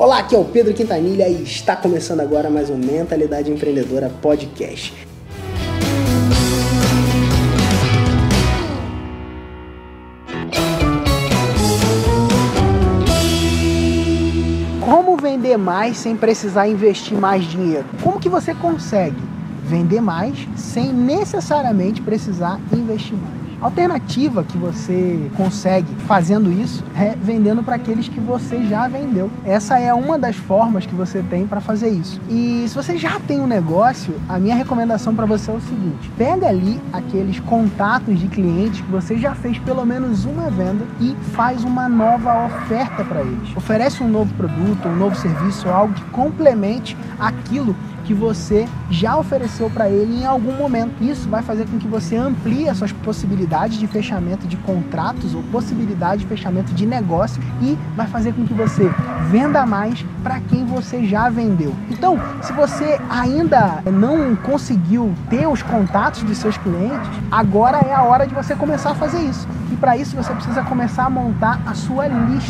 Olá, aqui é o Pedro Quintanilha e está começando agora mais um Mentalidade Empreendedora Podcast. Como vender mais sem precisar investir mais dinheiro? Como que você consegue vender mais sem necessariamente precisar investir mais? A alternativa que você consegue fazendo isso é vendendo para aqueles que você já vendeu. Essa é uma das formas que você tem para fazer isso. E se você já tem um negócio, a minha recomendação para você é o seguinte: pega ali aqueles contatos de clientes que você já fez pelo menos uma venda e faz uma nova oferta para eles. Oferece um novo produto, um novo serviço, algo que complemente aquilo que você já ofereceu para ele em algum momento. Isso vai fazer com que você amplie as suas possibilidades de fechamento de contratos ou possibilidade de fechamento de negócio e vai fazer com que você venda mais para quem você já vendeu. Então, se você ainda não conseguiu ter os contatos dos seus clientes, agora é a hora de você começar a fazer isso. E para isso você precisa começar a montar a sua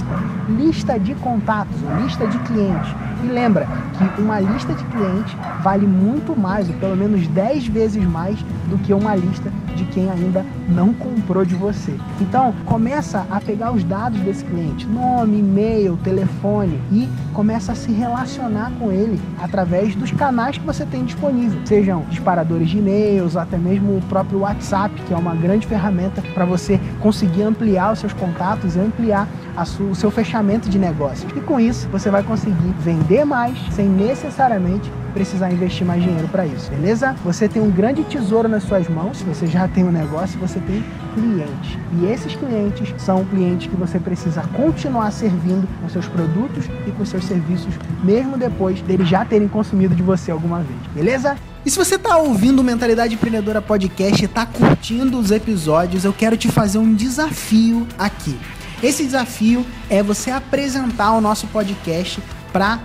lista de contatos, lista de clientes. E lembra que uma lista de clientes vale muito mais, ou pelo menos 10 vezes mais, do que uma lista de quem ainda não comprou de você. Então, começa a pegar os dados desse cliente, nome, e-mail, telefone, e começa a se relacionar com ele através dos canais que você tem disponível. Sejam disparadores de e-mails, até mesmo o próprio WhatsApp, que é uma grande ferramenta para você conseguir ampliar os seus contatos e ampliar o seu fechamento de negócios. E com isso, você vai conseguir vender mais sem necessariamente precisar investir mais dinheiro para isso, beleza? Você tem um grande tesouro nas suas mãos. Se você já tem um negócio, você tem clientes. E esses clientes são clientes que você precisa continuar servindo com seus produtos e com seus serviços, mesmo depois deles já terem consumido de você alguma vez, beleza? E se você está ouvindo o Mentalidade Empreendedora Podcast e está curtindo os episódios, eu quero te fazer um desafio aqui. Esse desafio é você apresentar o nosso podcast para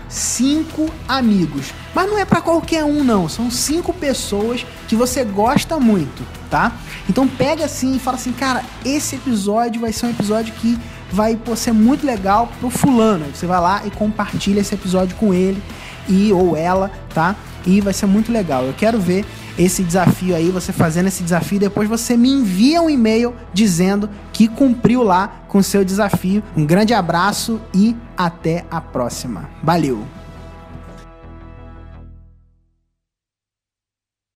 5 amigos. Mas não é para qualquer um não, são 5 pessoas que você gosta muito, tá? Então pega assim e fala assim: cara, esse episódio vai ser um episódio que vai ser muito legal pro fulano. Aí você vai lá e compartilha esse episódio com ele ou ela, tá? E vai ser muito legal. Eu quero ver esse desafio aí, você fazendo esse desafio, depois você me envia um e-mail dizendo que cumpriu lá com o seu desafio. Um grande abraço e até a próxima. Valeu!